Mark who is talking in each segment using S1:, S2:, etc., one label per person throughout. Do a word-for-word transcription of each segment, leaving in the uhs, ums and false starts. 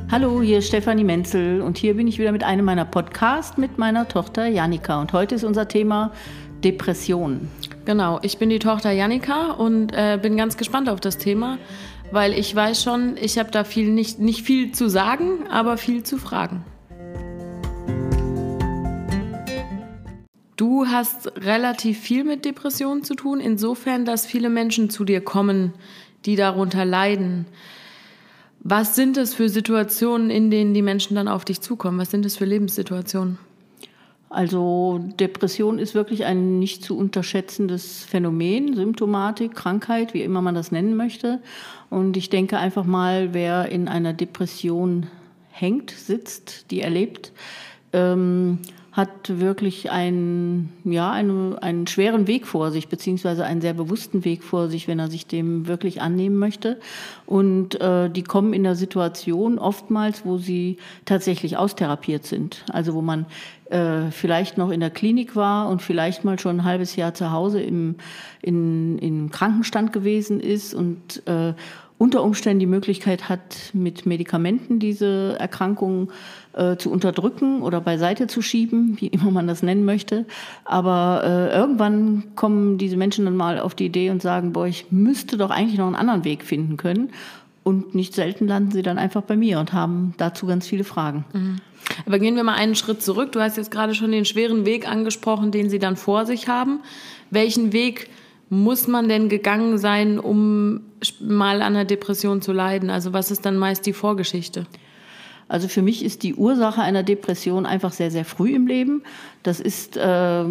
S1: Hallo, hier ist Stefanie Menzel und hier bin ich wieder mit einem meiner Podcasts mit meiner Tochter Jannika. Und heute ist unser Thema Depression.
S2: Genau, ich bin die Tochter Jannika und äh, bin ganz gespannt auf das Thema, weil ich weiß schon, ich habe da viel nicht, nicht viel zu sagen, aber viel zu fragen. Du hast relativ viel mit Depressionen zu tun, insofern, dass viele Menschen zu dir kommen, die darunter leiden. Was sind es für Situationen, in denen die Menschen dann auf dich zukommen? Was sind es für Lebenssituationen?
S1: Also Depression ist wirklich ein nicht zu unterschätzendes Phänomen, Symptomatik, Krankheit, wie immer man das nennen möchte. Und ich denke einfach mal, wer in einer Depression hängt, sitzt, die erlebt, ähm, hat wirklich einen, ja, einen, einen schweren Weg vor sich, beziehungsweise einen sehr bewussten Weg vor sich, wenn er sich dem wirklich annehmen möchte. Und äh, die kommen in der Situation oftmals, wo sie tatsächlich austherapiert sind. Also wo man äh, vielleicht noch in der Klinik war und vielleicht mal schon ein halbes Jahr zu Hause im, in, im Krankenstand gewesen ist und äh, unter Umständen die Möglichkeit hat, mit Medikamenten diese Erkrankung äh, zu unterdrücken oder beiseite zu schieben, wie immer man das nennen möchte. Aber äh, irgendwann kommen diese Menschen dann mal auf die Idee und sagen, boah, ich müsste doch eigentlich noch einen anderen Weg finden können. Und nicht selten landen sie dann einfach bei mir und haben dazu ganz viele Fragen.
S2: Mhm. Aber gehen wir mal einen Schritt zurück. Du hast jetzt gerade schon den schweren Weg angesprochen, den sie dann vor sich haben. Welchen Weg muss man denn gegangen sein, um mal an einer Depression zu leiden? Also was ist dann meist die Vorgeschichte?
S1: Also für mich ist die Ursache einer Depression einfach sehr, sehr früh im Leben. Das ist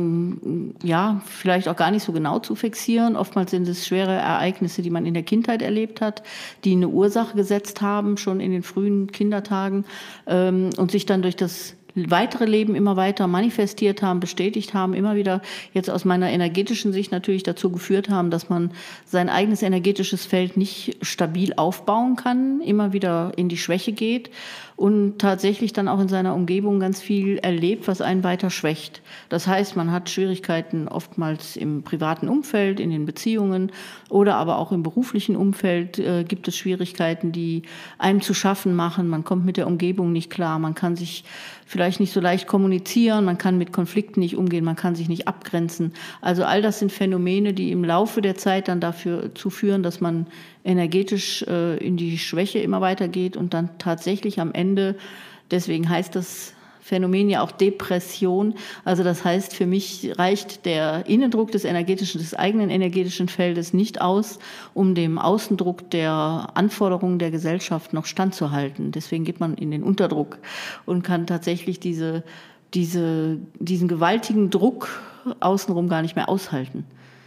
S1: ähm, ja vielleicht auch gar nicht so genau zu fixieren. Oftmals sind es schwere Ereignisse, die man in der Kindheit erlebt hat, die eine Ursache gesetzt haben, schon in den frühen Kindertagen ähm, und sich dann durch das weitere Leben immer weiter manifestiert haben, bestätigt haben, immer wieder jetzt aus meiner energetischen Sicht natürlich dazu geführt haben, dass man sein eigenes energetisches Feld nicht stabil aufbauen kann, immer wieder in die Schwäche geht und tatsächlich dann auch in seiner Umgebung ganz viel erlebt, was einen weiter schwächt. Das heißt, man hat Schwierigkeiten oftmals im privaten Umfeld, in den Beziehungen oder aber auch im beruflichen Umfeld äh, gibt es Schwierigkeiten, die einem zu schaffen machen. Man kommt mit der Umgebung nicht klar, man kann sich vielleicht nicht so leicht kommunizieren, man kann mit Konflikten nicht umgehen, man kann sich nicht abgrenzen. Also all das sind Phänomene, die im Laufe der Zeit dann dafür zu führen, dass man energetisch äh, in die Schwäche immer weitergeht und dann tatsächlich am Ende, deswegen heißt das Phänomen ja auch Depression. Also das heißt, für mich reicht der Innendruck des energetischen, des eigenen energetischen Feldes nicht aus, um dem Außendruck der Anforderungen der Gesellschaft noch standzuhalten. Deswegen geht man in den Unterdruck und kann tatsächlich diese, diese, diesen gewaltigen Druck außenrum gar nicht mehr aushalten.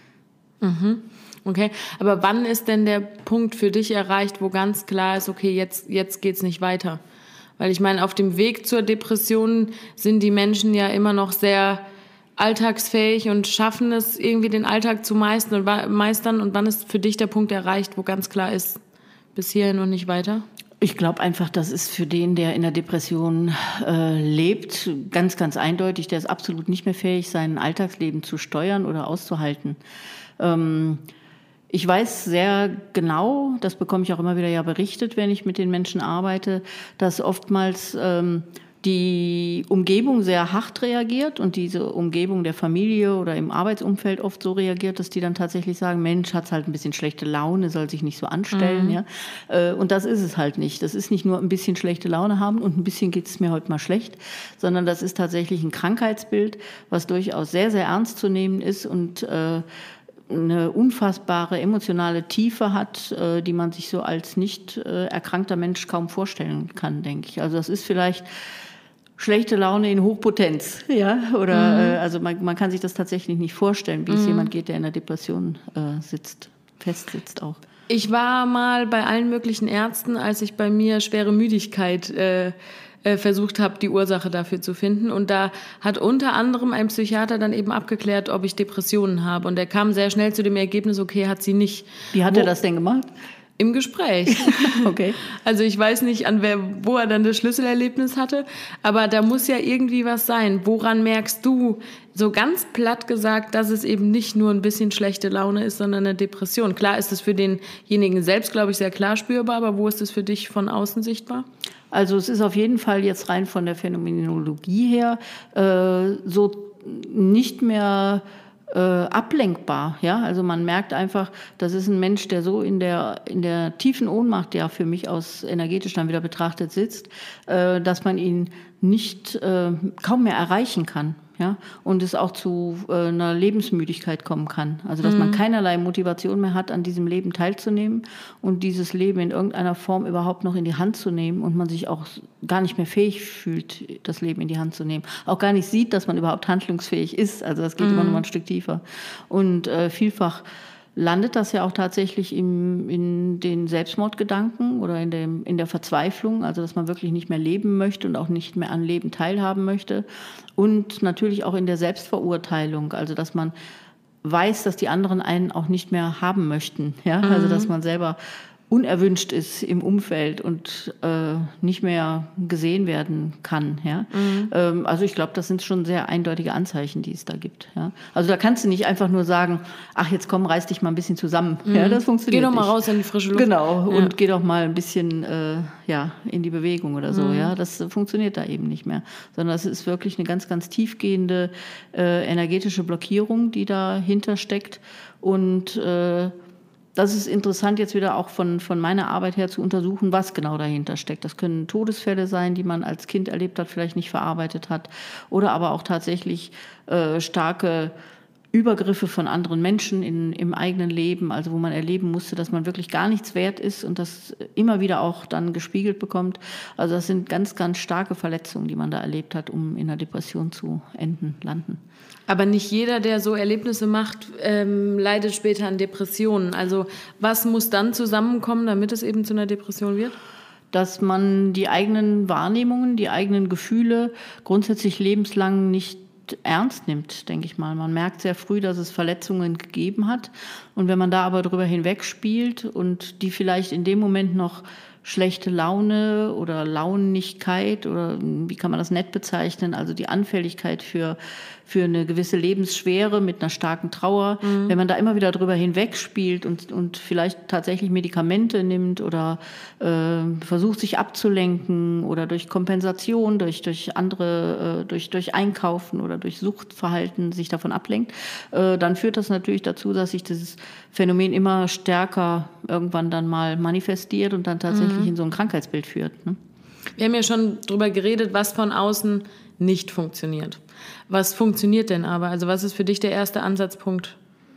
S2: Mhm. Okay, aber wann ist denn der Punkt für dich erreicht, wo ganz klar ist, okay, jetzt, jetzt geht's nicht weiter? Weil ich meine, auf dem Weg zur Depression sind die Menschen ja immer noch sehr alltagsfähig und schaffen es irgendwie den Alltag zu meistern und meistern. Und wann ist für dich der Punkt erreicht, wo ganz klar ist, bis hierhin und nicht weiter?
S1: Ich glaube einfach, das ist für den, der in der Depression äh, lebt, ganz, ganz eindeutig. Der ist absolut nicht mehr fähig, sein Alltagsleben zu steuern oder auszuhalten. Ähm, Ich weiß sehr genau, das bekomme ich auch immer wieder ja berichtet, wenn ich mit den Menschen arbeite, dass oftmals ähm, die Umgebung sehr hart reagiert und diese Umgebung der Familie oder im Arbeitsumfeld oft so reagiert, dass die dann tatsächlich sagen, Mensch, hat's halt ein bisschen schlechte Laune, soll sich nicht so anstellen. Mhm. Ja? Äh, und das ist es halt nicht. Das ist nicht nur ein bisschen schlechte Laune haben und ein bisschen geht's mir heute mal schlecht, sondern das ist tatsächlich ein Krankheitsbild, was durchaus sehr, sehr ernst zu nehmen ist und äh, eine unfassbare emotionale Tiefe hat, äh, die man sich so als nicht äh, erkrankter Mensch kaum vorstellen kann, denke ich. Also das ist vielleicht schlechte Laune in Hochpotenz, ja, oder mhm. äh, also man, man kann sich das tatsächlich nicht vorstellen, wie mhm. es jemand geht, der in der Depression äh, sitzt, festsitzt auch.
S2: Ich war mal bei allen möglichen Ärzten, als ich bei mir schwere Müdigkeit äh, äh, versucht habe, die Ursache dafür zu finden. Und da hat unter anderem ein Psychiater dann eben abgeklärt, ob ich Depressionen habe. Und er kam sehr schnell zu dem Ergebnis, okay, hat sie nicht.
S1: Wie hat
S2: Wo,
S1: er das denn gemacht?
S2: Im Gespräch.
S1: Okay.
S2: Also ich weiß nicht, an wer, wo er dann das Schlüsselerlebnis hatte, aber da muss ja irgendwie was sein. Woran merkst du, so ganz platt gesagt, dass es eben nicht nur ein bisschen schlechte Laune ist, sondern eine Depression? Klar ist es für denjenigen selbst, glaube ich, sehr klar spürbar, aber wo ist es für dich von außen sichtbar?
S1: Also es ist auf jeden Fall jetzt rein von der Phänomenologie her äh, so nicht mehr äh, ablenkbar. Ja? Also man merkt einfach, das ist ein Mensch, der so in der, in der tiefen Ohnmacht, der für mich aus energetisch dann wieder betrachtet sitzt, äh, dass man ihn nicht äh, kaum mehr erreichen kann. Ja, und es auch zu äh, einer Lebensmüdigkeit kommen kann. Also, dass mhm. man keinerlei Motivation mehr hat, an diesem Leben teilzunehmen und dieses Leben in irgendeiner Form überhaupt noch in die Hand zu nehmen und man sich auch gar nicht mehr fähig fühlt, das Leben in die Hand zu nehmen. Auch gar nicht sieht, dass man überhaupt handlungsfähig ist. Also, das geht mhm. immer noch mal ein Stück tiefer. Und äh, vielfach landet das ja auch tatsächlich im, in den Selbstmordgedanken oder in, dem, in der Verzweiflung, also dass man wirklich nicht mehr leben möchte und auch nicht mehr an Leben teilhaben möchte. Und natürlich auch in der Selbstverurteilung, also dass man weiß, dass die anderen einen auch nicht mehr haben möchten. Ja? Mhm. Also dass man selber unerwünscht ist im Umfeld und äh, nicht mehr gesehen werden kann. Ja? Mhm. Ähm, also ich glaube, das sind schon sehr eindeutige Anzeichen, die es da gibt. Ja? Also da kannst du nicht einfach nur sagen, ach jetzt komm, reiß dich mal ein bisschen zusammen. Mhm. Ja, das funktioniert nicht.
S2: Geh doch mal raus in die frische Luft.
S1: Genau, ja. Und geh doch mal ein bisschen äh, ja, in die Bewegung oder so. Mhm. Ja? Das funktioniert da eben nicht mehr. Sondern das ist wirklich eine ganz, ganz tiefgehende äh, energetische Blockierung, die dahinter steckt. Und äh, das ist interessant, jetzt wieder auch von, von meiner Arbeit her zu untersuchen, was genau dahinter steckt. Das können Todesfälle sein, die man als Kind erlebt hat, vielleicht nicht verarbeitet hat. Oder aber auch tatsächlich äh, starke Übergriffe von anderen Menschen in, im eigenen Leben, also wo man erleben musste, dass man wirklich gar nichts wert ist und das immer wieder auch dann gespiegelt bekommt. Also das sind ganz, ganz starke Verletzungen, die man da erlebt hat, um in einer Depression zu enden, landen.
S2: Aber nicht jeder, der so Erlebnisse macht, ähm, leidet später an Depressionen. Also was muss dann zusammenkommen, damit es eben zu einer Depression wird?
S1: Dass man die eigenen Wahrnehmungen, die eigenen Gefühle grundsätzlich lebenslang nicht ernst nimmt, denke ich mal. Man merkt sehr früh, dass es Verletzungen gegeben hat. Und wenn man da aber drüber hinwegspielt und die vielleicht in dem Moment noch schlechte Laune oder Launigkeit oder wie kann man das nett bezeichnen, also die Anfälligkeit für, für eine gewisse Lebensschwere mit einer starken Trauer, mhm. wenn man da immer wieder drüber hinwegspielt und, und vielleicht tatsächlich Medikamente nimmt oder äh, versucht sich abzulenken oder durch Kompensation, durch, durch andere, äh, durch, durch Einkaufen oder durch Suchtverhalten sich davon ablenkt, äh, dann führt das natürlich dazu, dass sich dieses Phänomen immer stärker irgendwann dann mal manifestiert und dann tatsächlich mhm. in so ein Krankheitsbild führt. Ne?
S2: Wir haben ja schon drüber geredet, was von außen nicht funktioniert. Was funktioniert denn aber? Also was ist für dich der erste Ansatzpunkt?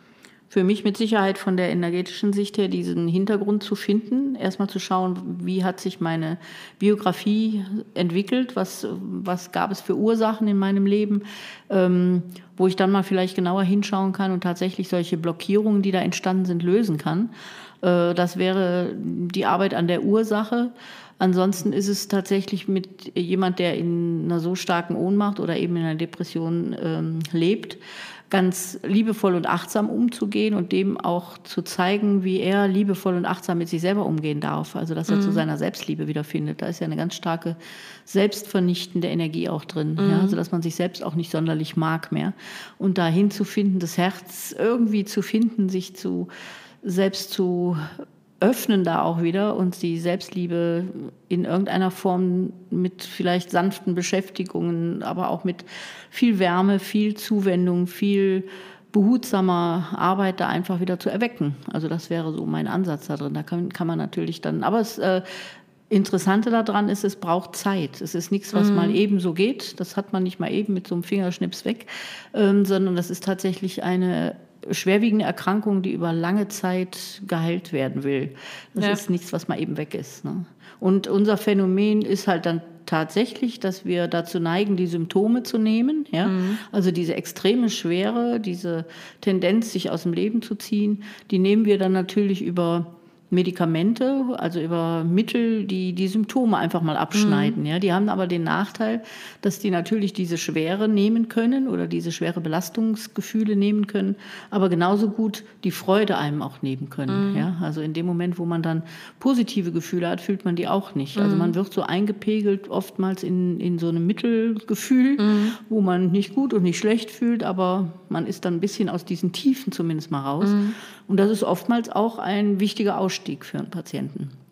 S1: Für mich mit Sicherheit von der energetischen Sicht her diesen Hintergrund zu finden, erstmal zu schauen, wie hat sich meine Biografie entwickelt, was, was gab es für Ursachen in meinem Leben, ähm, wo ich dann mal vielleicht genauer hinschauen kann und tatsächlich solche Blockierungen, die da entstanden sind, lösen kann. Äh, das wäre die Arbeit an der Ursache. Ansonsten ist es tatsächlich mit jemand, der in einer so starken Ohnmacht oder eben in einer Depression ähm, lebt, ganz liebevoll und achtsam umzugehen und dem auch zu zeigen, wie er liebevoll und achtsam mit sich selber umgehen darf. Also, dass er mhm. zu seiner Selbstliebe wiederfindet. Da ist ja eine ganz starke selbstvernichtende Energie auch drin. Mhm. Ja? Also, dass man sich selbst auch nicht sonderlich mag mehr. Und dahin zu finden, das Herz irgendwie zu finden, sich zu selbst zu öffnen da auch wieder und die Selbstliebe in irgendeiner Form mit vielleicht sanften Beschäftigungen, aber auch mit viel Wärme, viel Zuwendung, viel behutsamer Arbeit da einfach wieder zu erwecken. Also das wäre so mein Ansatz da drin. Da kann, kann man natürlich dann, aber das äh, Interessante daran ist, es braucht Zeit. Es ist nichts, was mhm. mal eben so geht. Das hat man nicht mal eben mit so einem Fingerschnips weg, ähm, sondern das ist tatsächlich eine schwerwiegende Erkrankung, die über lange Zeit geheilt werden will. Das ja. ist nichts, was mal eben weg ist. Ne? Und unser Phänomen ist halt dann tatsächlich, dass wir dazu neigen, die Symptome zu nehmen. Ja? Mhm. Also diese extreme Schwere, diese Tendenz, sich aus dem Leben zu ziehen, die nehmen wir dann natürlich über Medikamente, also über Mittel, die die Symptome einfach mal abschneiden. Mhm. Ja, die haben aber den Nachteil, dass die natürlich diese Schwere nehmen können oder diese schwere Belastungsgefühle nehmen können, aber genauso gut die Freude einem auch nehmen können. Mhm. Ja, also in dem Moment, wo man dann positive Gefühle hat, fühlt man die auch nicht. Mhm. Also man wird so eingepegelt oftmals in, in so einem Mittelgefühl, mhm. wo man nicht gut und nicht schlecht fühlt, aber man ist dann ein bisschen aus diesen Tiefen zumindest mal raus. Mhm. Und das ist oftmals auch ein wichtiger Ausstieg für einen Patienten.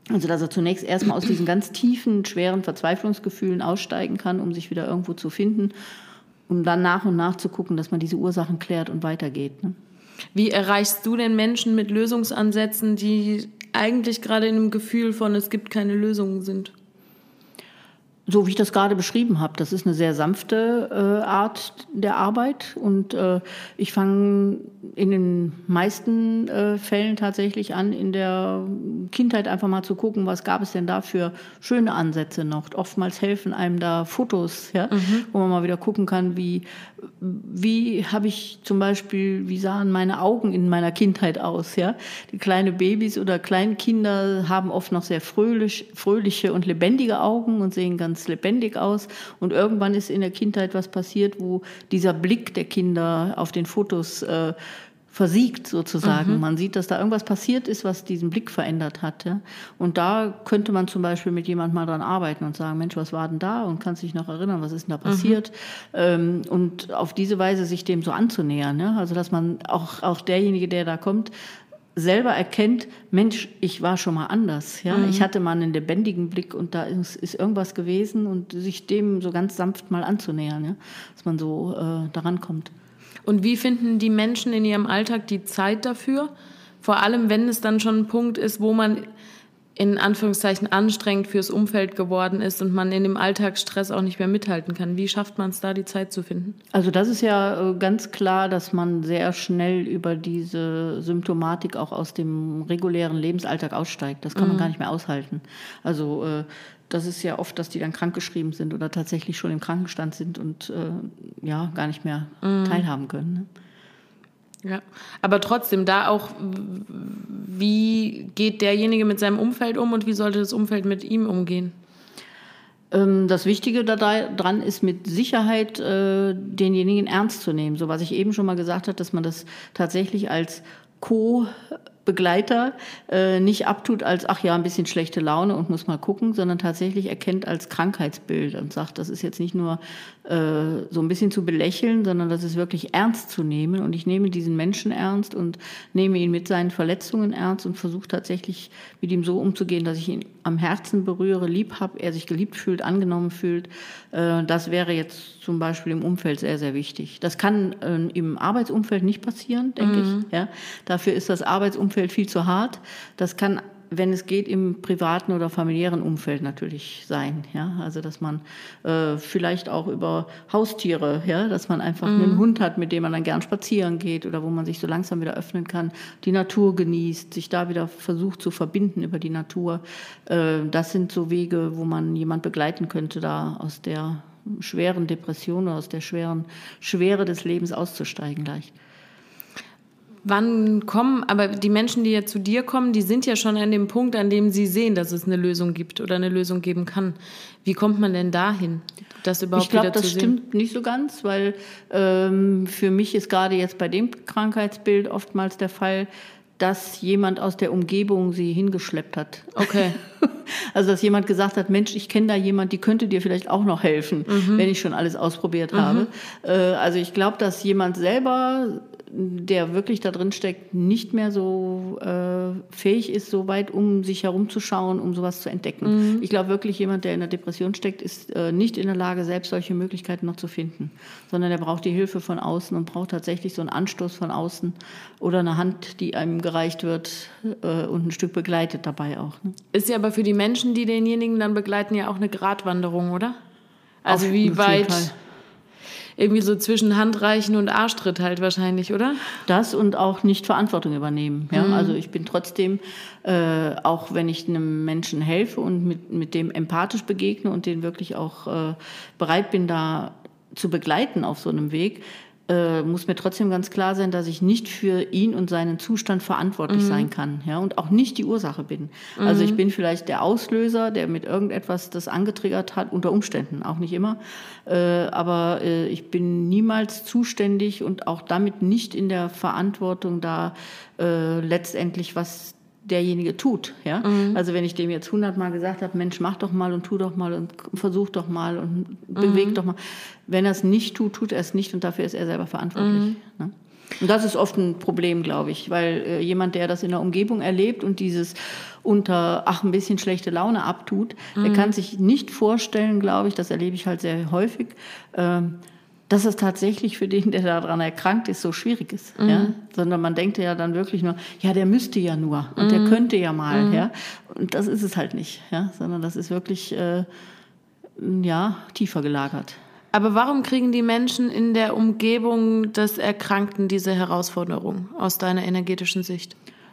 S1: Also dass er zunächst erstmal aus diesen ganz tiefen, schweren Verzweiflungsgefühlen aussteigen kann, um sich wieder irgendwo zu finden, um dann nach und nach zu gucken, dass man diese Ursachen klärt und weitergeht. Ne?
S2: Wie erreichst du denn Menschen mit Lösungsansätzen, die eigentlich gerade in einem Gefühl von, es gibt keine Lösungen sind?
S1: So wie ich das gerade beschrieben habe, das ist eine sehr sanfte äh, Art der Arbeit und äh, ich fange in den meisten äh, Fällen tatsächlich an, in der Kindheit einfach mal zu gucken, was gab es denn da für schöne Ansätze noch. Oftmals helfen einem da Fotos, ja, mhm. wo man mal wieder gucken kann, wie, wie habe ich zum Beispiel, wie sahen meine Augen in meiner Kindheit aus, ja. Die kleine Babys oder Kleinkinder haben oft noch sehr fröhlich, fröhliche und lebendige Augen und sehen ganz lebendig aus und irgendwann ist in der Kindheit was passiert, wo dieser Blick der Kinder auf den Fotos äh, versiegt sozusagen. Mhm. Man sieht, dass da irgendwas passiert ist, was diesen Blick verändert hat. Ja? Und da könnte man zum Beispiel mit jemandem mal dran arbeiten und sagen, Mensch, was war denn da? Und kannst dich noch erinnern, was ist denn da passiert? Mhm. Ähm, und auf diese Weise sich dem so anzunähern. Ja? Also dass man auch, auch derjenige, der da kommt, selber erkennt, Mensch, ich war schon mal anders. Ja? Mhm. Ich hatte mal einen lebendigen Blick und da ist, ist irgendwas gewesen und sich dem so ganz sanft mal anzunähern, ja? Dass man so äh, daran kommt.
S2: Und wie finden die Menschen in ihrem Alltag die Zeit dafür? Vor allem, wenn es dann schon ein Punkt ist, wo man in Anführungszeichen anstrengend fürs Umfeld geworden ist und man in dem Alltagsstress auch nicht mehr mithalten kann. Wie schafft man es da, die Zeit zu finden?
S1: Also das ist ja ganz klar, dass man sehr schnell über diese Symptomatik auch aus dem regulären Lebensalltag aussteigt. Das kann man mhm. gar nicht mehr aushalten. Also das ist ja oft, dass die dann krankgeschrieben sind oder tatsächlich schon im Krankenstand sind und äh, ja gar nicht mehr mhm. teilhaben können. Ne?
S2: Ja, aber trotzdem, da auch, wie geht derjenige mit seinem Umfeld um und wie sollte das Umfeld mit ihm umgehen?
S1: Das Wichtige daran ist mit Sicherheit, äh, denjenigen ernst zu nehmen. So was ich eben schon mal gesagt habe, dass man das tatsächlich als Co-Begleiter äh, nicht abtut als, ach ja, ein bisschen schlechte Laune und muss mal gucken, sondern tatsächlich erkennt als Krankheitsbild und sagt, das ist jetzt nicht nur äh, so ein bisschen zu belächeln, sondern das ist wirklich ernst zu nehmen. Und ich nehme diesen Menschen ernst und nehme ihn mit seinen Verletzungen ernst und versuche tatsächlich mit ihm so umzugehen, dass ich ihn am Herzen berühre, lieb habe, er sich geliebt fühlt, angenommen fühlt. Äh, das wäre jetzt zum Beispiel im Umfeld sehr, sehr wichtig. Das kann äh, im Arbeitsumfeld nicht passieren, denke mhm. ich. Ja? Dafür ist das Arbeitsumfeld viel zu hart. Das kann, wenn es geht, im privaten oder familiären Umfeld natürlich sein. Ja? Also dass man äh, vielleicht auch über Haustiere, ja? Dass man einfach mhm. einen Hund hat, mit dem man dann gern spazieren geht oder wo man sich so langsam wieder öffnen kann, die Natur genießt, sich da wieder versucht zu verbinden über die Natur. Äh, das sind so Wege, wo man jemand begleiten könnte, da aus der schweren Depression oder aus der schweren Schwere des Lebens auszusteigen leicht.
S2: Wann kommen, aber die Menschen, die ja zu dir kommen, die sind ja schon an dem Punkt, an dem sie sehen, dass es eine Lösung gibt oder eine Lösung geben kann. Wie kommt man denn dahin, das überhaupt
S1: ich glaub,
S2: wieder zu sehen?
S1: Ich glaube, das stimmt nicht so ganz, weil ähm, für mich ist gerade jetzt bei dem Krankheitsbild oftmals der Fall, dass jemand aus der Umgebung sie hingeschleppt hat.
S2: Okay.
S1: Also, dass jemand gesagt hat, Mensch, ich kenne da jemand, die könnte dir vielleicht auch noch helfen, mhm. wenn ich schon alles ausprobiert mhm. habe. Äh, also, ich glaube, dass jemand selber, der wirklich da drin steckt, nicht mehr so äh, fähig ist, so weit um sich herumzuschauen, um sowas zu entdecken. Mhm. Ich glaube wirklich, jemand, der in der Depression steckt, ist äh, nicht in der Lage, selbst solche Möglichkeiten noch zu finden, sondern er braucht die Hilfe von außen und braucht tatsächlich so einen Anstoß von außen oder eine Hand, die einem gereicht wird äh, und ein Stück begleitet dabei auch. Ne?
S2: Ist ja aber für die Menschen, die denjenigen dann begleiten, ja auch eine Gratwanderung, oder? Also Auf wie weit... Fall. Irgendwie so zwischen Handreichen und Arschtritt halt wahrscheinlich, oder?
S1: Das und auch nicht Verantwortung übernehmen. Ja? Mhm. Also ich bin trotzdem, äh, auch wenn ich einem Menschen helfe und mit, mit dem empathisch begegne und den wirklich auch äh, bereit bin, da zu begleiten auf so einem Weg, äh, muss mir trotzdem ganz klar sein, dass ich nicht für ihn und seinen Zustand verantwortlich mhm. sein kann, ja, und auch nicht die Ursache bin. Mhm. Also ich bin vielleicht der Auslöser, der mit irgendetwas das angetriggert hat, unter Umständen, auch nicht immer, äh, aber äh, ich bin niemals zuständig und auch damit nicht in der Verantwortung, da äh, letztendlich was derjenige tut, ja. Mhm. Also wenn ich dem jetzt hundertmal gesagt habe, Mensch, mach doch mal und tu doch mal und versuch doch mal und mhm. beweg doch mal. Wenn er es nicht tut, tut er es nicht und dafür ist er selber verantwortlich. Mhm. Ne? Und das ist oft ein Problem, glaube ich, weil äh, jemand, der das in der Umgebung erlebt und dieses unter, ach, ein bisschen schlechte Laune abtut, mhm. der kann sich nicht vorstellen, glaube ich, das erlebe ich halt sehr häufig, äh, dass es tatsächlich für den, der daran erkrankt ist, so schwierig ist. Mhm. Ja? Sondern man denkt ja dann wirklich nur, ja, der müsste ja nur und mhm. der könnte ja mal. Mhm. Ja? Und das ist es halt nicht, ja? Sondern das ist wirklich äh, ja, tiefer gelagert.
S2: Aber warum kriegen die Menschen in der Umgebung des Erkrankten diese Herausforderung aus deiner energetischen Sicht?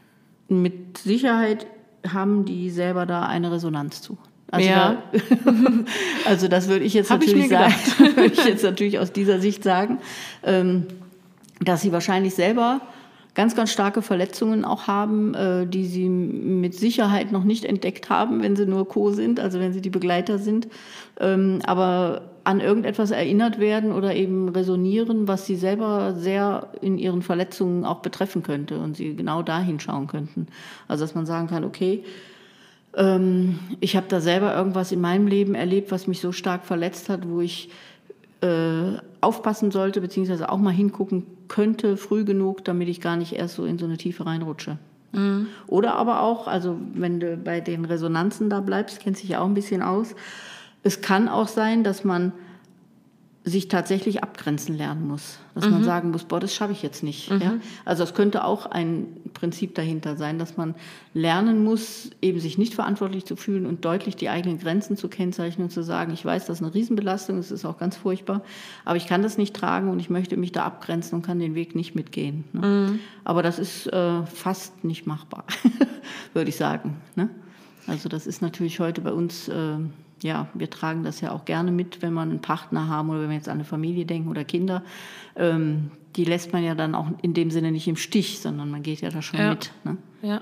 S1: Mit Sicherheit haben die selber da eine Resonanz zu. Also,
S2: ja.
S1: da, also das würde ich jetzt
S2: Hab
S1: natürlich
S2: ich mir
S1: sagen, würde ich jetzt natürlich aus dieser Sicht sagen, ähm, dass sie wahrscheinlich selber ganz, ganz starke Verletzungen auch haben, äh, die sie mit Sicherheit noch nicht entdeckt haben, wenn sie nur Co. sind, also wenn sie die Begleiter sind, ähm, aber an irgendetwas erinnert werden oder eben resonieren, was sie selber sehr in ihren Verletzungen auch betreffen könnte und sie genau da hinschauen könnten. Also dass man sagen kann, okay, ähm, ich habe da selber irgendwas in meinem Leben erlebt, was mich so stark verletzt hat, wo ich äh, aufpassen sollte, beziehungsweise auch mal hingucken könnte, früh genug, damit ich gar nicht erst so in so eine Tiefe reinrutsche. Mhm. Oder aber auch, also wenn du bei den Resonanzen da bleibst, kennst dich ja auch ein bisschen aus, es kann auch sein, dass man sich tatsächlich abgrenzen lernen muss. Dass mhm. man sagen muss, boah, das schaffe ich jetzt nicht. Mhm. Ja? Also es könnte auch ein Prinzip dahinter sein, dass man lernen muss, eben sich nicht verantwortlich zu fühlen und deutlich die eigenen Grenzen zu kennzeichnen und zu sagen, ich weiß, das ist eine Riesenbelastung, das ist auch ganz furchtbar, aber ich kann das nicht tragen und ich möchte mich da abgrenzen und kann den Weg nicht mitgehen. Ne? Mhm. Aber das ist äh, fast nicht machbar, würde ich sagen. Ne? Also das ist natürlich heute bei uns... Äh, Ja, wir tragen das ja auch gerne mit, wenn wir einen Partner haben oder wenn wir jetzt an eine Familie denken oder Kinder. Ähm, die lässt man ja dann auch in dem Sinne nicht im Stich, sondern man geht ja da schon
S2: ja.
S1: mit. Ne?
S2: Ja.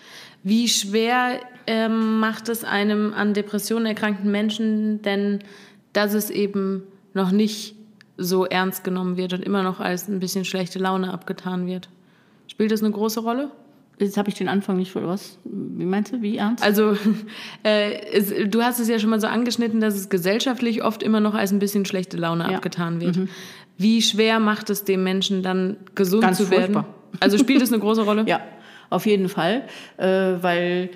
S2: Wie schwer ähm, macht es einem an Depressionen erkrankten Menschen denn, dass es eben noch nicht so ernst genommen wird und immer noch als ein bisschen schlechte Laune abgetan wird? Spielt das eine große Rolle?
S1: Jetzt habe ich den Anfang nicht vor. Was? Wie meinst du? Wie ernst?
S2: Also, äh, es, du hast es ja schon mal so angeschnitten, dass es gesellschaftlich oft immer noch als ein bisschen schlechte Laune ja. abgetan wird. Mhm. Wie schwer macht es dem Menschen dann, gesund
S1: Ganz
S2: zu werden?
S1: Furchtbar.
S2: Also spielt es eine große Rolle?
S1: Ja, auf jeden Fall. Äh, weil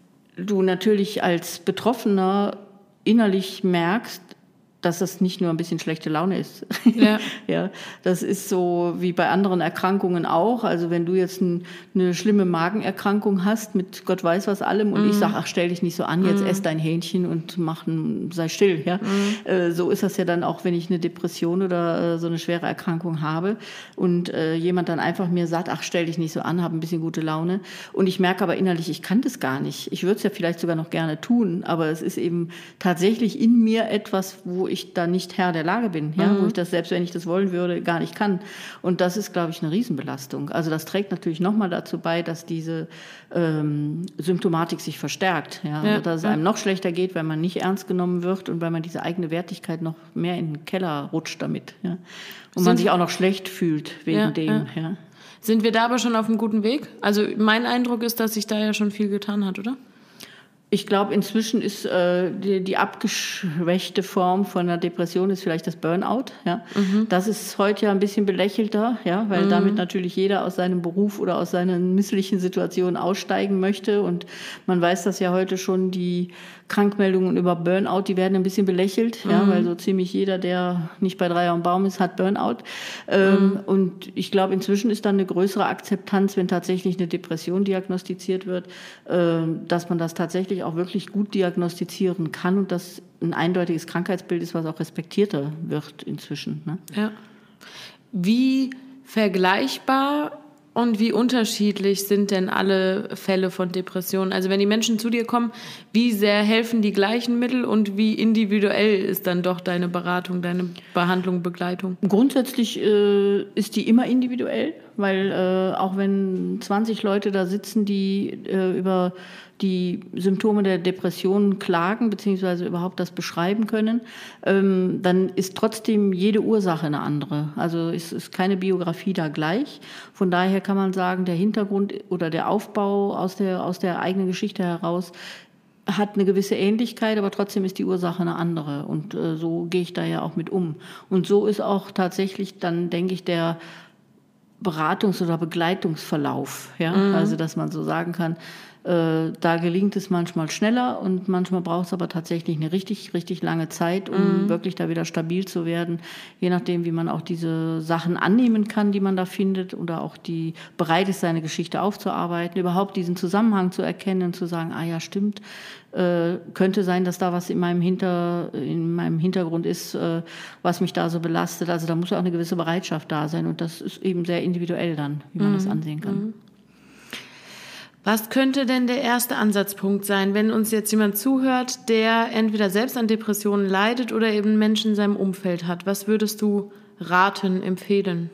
S1: du natürlich als Betroffener innerlich merkst, dass das nicht nur ein bisschen schlechte Laune ist.
S2: Ja.
S1: Ja, das ist so wie bei anderen Erkrankungen auch. Also wenn du jetzt ein, eine schlimme Magenerkrankung hast mit Gott weiß was allem und mm. ich sage, ach, stell dich nicht so an, jetzt mm. ess dein Hähnchen und mach ein, sei still. Ja? Mm. Äh, so ist das ja dann auch, wenn ich eine Depression oder äh, so eine schwere Erkrankung habe und äh, jemand dann einfach mir sagt, ach, stell dich nicht so an, hab ein bisschen gute Laune. Und ich merke aber innerlich, ich kann das gar nicht. Ich würde es ja vielleicht sogar noch gerne tun, aber es ist eben tatsächlich in mir etwas, wo ich ich da nicht Herr der Lage bin, ja, mhm. wo ich das, selbst wenn ich das wollen würde, gar nicht kann. Und das ist, glaube ich, eine Riesenbelastung. Also das trägt natürlich nochmal dazu bei, dass diese ähm, Symptomatik sich verstärkt, ja, ja. Also, dass es einem noch schlechter geht, weil man nicht ernst genommen wird und weil man diese eigene Wertigkeit noch mehr in den Keller rutscht damit. Ja. Und Sind man sich auch noch schlecht fühlt wegen
S2: ja,
S1: dem.
S2: Ja.
S1: Ja.
S2: Sind wir da aber schon auf einem guten Weg? Also mein Eindruck ist, dass sich da ja schon viel getan hat, oder?
S1: Ich glaube, inzwischen ist äh, die, die abgeschwächte Form von einer Depression ist vielleicht das Burnout. Ja? Mhm. Das ist heute ja ein bisschen belächelter, ja? Weil mhm. damit natürlich jeder aus seinem Beruf oder aus seinen misslichen Situationen aussteigen möchte. Und man weiß das ja heute schon, die Krankmeldungen über Burnout, die werden ein bisschen belächelt, mhm. ja? Weil so ziemlich jeder, der nicht bei Dreier am Baum ist, hat Burnout. Ähm, mhm. Und ich glaube, inzwischen ist dann eine größere Akzeptanz, wenn tatsächlich eine Depression diagnostiziert wird, äh, dass man das tatsächlich auch wirklich gut diagnostizieren kann und das ein eindeutiges Krankheitsbild ist, was auch respektierter wird inzwischen. Ne?
S2: Ja. Wie vergleichbar und wie unterschiedlich sind denn alle Fälle von Depressionen? Also wenn die Menschen zu dir kommen, wie sehr helfen die gleichen Mittel und wie individuell ist dann doch deine Beratung, deine Behandlung, Begleitung?
S1: Grundsätzlich äh, ist die immer individuell, weil äh, auch wenn zwanzig Leute da sitzen, die äh, über die Symptome der Depression klagen, beziehungsweise überhaupt das beschreiben können, ähm, dann ist trotzdem jede Ursache eine andere. Also es ist keine Biografie da gleich. Von daher kann man sagen, der Hintergrund oder der Aufbau aus der, aus der eigenen Geschichte heraus hat eine gewisse Ähnlichkeit, aber trotzdem ist die Ursache eine andere. Und äh, so gehe ich da ja auch mit um. Und so ist auch tatsächlich dann, denke ich, der Beratungs- oder Begleitungsverlauf. Ja? Mhm. Also dass man so sagen kann, äh, da gelingt es manchmal schneller und manchmal braucht es aber tatsächlich eine richtig, richtig lange Zeit, um mhm. wirklich da wieder stabil zu werden. Je nachdem, wie man auch diese Sachen annehmen kann, die man da findet oder auch die bereit ist, seine Geschichte aufzuarbeiten, überhaupt diesen Zusammenhang zu erkennen, zu sagen, ah ja, stimmt, äh, könnte sein, dass da was in meinem, Hinter, in meinem Hintergrund ist, äh, was mich da so belastet. Also da muss auch eine gewisse Bereitschaft da sein und das ist eben sehr individuell dann, wie man mhm. das ansehen kann.
S2: Mhm. Was könnte denn der erste Ansatzpunkt sein, wenn uns jetzt jemand zuhört, der entweder selbst an Depressionen leidet oder eben Menschen in seinem Umfeld hat? Was würdest du raten, empfehlen?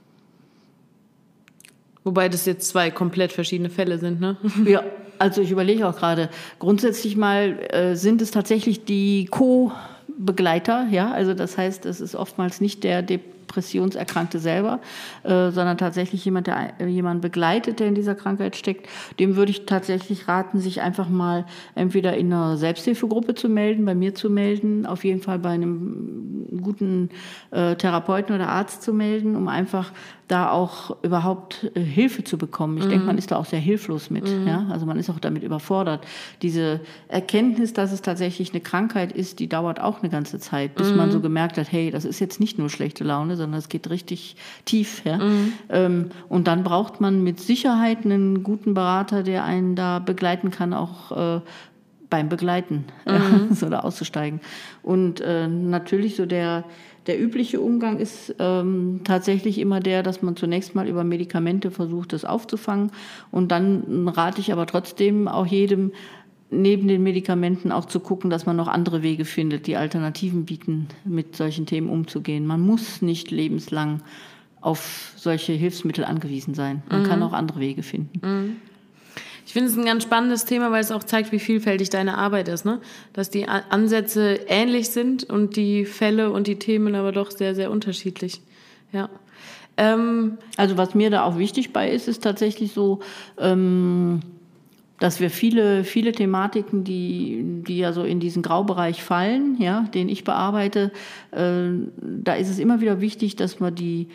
S2: Wobei das jetzt zwei komplett verschiedene Fälle sind, ne?
S1: Ja, also ich überlege auch gerade, grundsätzlich mal äh, sind es tatsächlich die Co-Begleiter, ja, also das heißt, es ist oftmals nicht der Depressionserkrankte selber, äh, sondern tatsächlich jemand, der äh, jemanden begleitet, der in dieser Krankheit steckt. Dem würde ich tatsächlich raten, sich einfach mal entweder in einer Selbsthilfegruppe zu melden, bei mir zu melden, auf jeden Fall bei einem guten äh, Therapeuten oder Arzt zu melden, um einfach da auch überhaupt äh, Hilfe zu bekommen. Ich mhm. denke, man ist da auch sehr hilflos mit. Mhm. Ja? Also man ist auch damit überfordert. Diese Erkenntnis, dass es tatsächlich eine Krankheit ist, die dauert auch eine ganze Zeit, bis mhm. man so gemerkt hat, hey, das ist jetzt nicht nur schlechte Laune, sondern es geht richtig tief. Ja? Mhm. Ähm, und dann braucht man mit Sicherheit einen guten Berater, der einen da begleiten kann, auch äh, beim Begleiten, mhm. so da auszusteigen. Und äh, natürlich so der Der übliche Umgang ist ähm, tatsächlich immer der, dass man zunächst mal über Medikamente versucht, das aufzufangen. Und dann rate ich aber trotzdem auch jedem, neben den Medikamenten auch zu gucken, dass man noch andere Wege findet, die Alternativen bieten, mit solchen Themen umzugehen. Man muss nicht lebenslang auf solche Hilfsmittel angewiesen sein. Man mhm. kann auch andere Wege finden.
S2: Mhm. Ich finde es ein ganz spannendes Thema, weil es auch zeigt, wie vielfältig deine Arbeit ist, ne? Dass die Ansätze ähnlich sind und die Fälle und die Themen aber doch sehr, sehr unterschiedlich. Ja. Ähm,
S1: also was mir da auch wichtig bei ist, ist tatsächlich so, ähm, dass wir viele, viele Thematiken, die, die ja so in diesen Graubereich fallen, ja, den ich bearbeite, äh, da ist es immer wieder wichtig, dass man die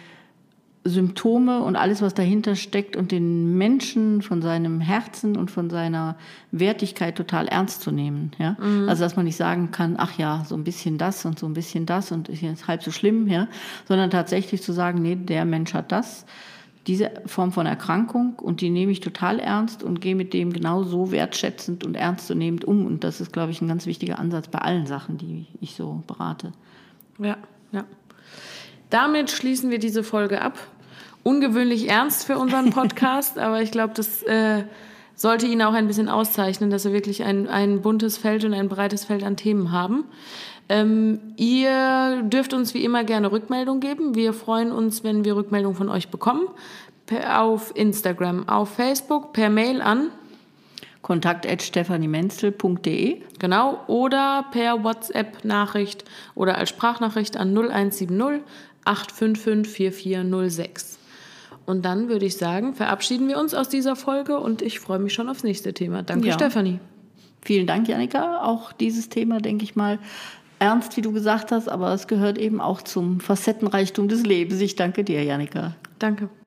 S1: Symptome und alles, was dahinter steckt und den Menschen von seinem Herzen und von seiner Wertigkeit total ernst zu nehmen. Ja? Mhm. Also, dass man nicht sagen kann, ach ja, so ein bisschen das und so ein bisschen das und ist jetzt halb so schlimm, ja? Sondern tatsächlich zu sagen, nee, der Mensch hat das, diese Form von Erkrankung und die nehme ich total ernst und gehe mit dem genauso wertschätzend und ernstzunehmend um. Und das ist, glaube ich, ein ganz wichtiger Ansatz bei allen Sachen, die ich so berate.
S2: Ja, ja. Damit schließen wir diese Folge ab. Ungewöhnlich ernst für unseren Podcast, aber ich glaube, das äh, sollte ihn auch ein bisschen auszeichnen, dass wir wirklich ein, ein buntes Feld und ein breites Feld an Themen haben. Ähm, ihr dürft uns wie immer gerne Rückmeldung geben. Wir freuen uns, wenn wir Rückmeldung von euch bekommen. Per, auf Instagram, auf Facebook, per Mail an
S1: kontakt at stephaniemenzel punkt de.
S2: Genau, oder per WhatsApp-Nachricht oder als Sprachnachricht an null eins sieben null acht fünf fünf vier vier null sechs. Und dann würde ich sagen, verabschieden wir uns aus dieser Folge und ich freue mich schon aufs nächste Thema. Danke, ja. Stefanie.
S1: Vielen Dank, Jannika. Auch dieses Thema, denke ich mal, ernst, wie du gesagt hast, aber es gehört eben auch zum Facettenreichtum des Lebens. Ich danke dir, Jannika.
S2: Danke.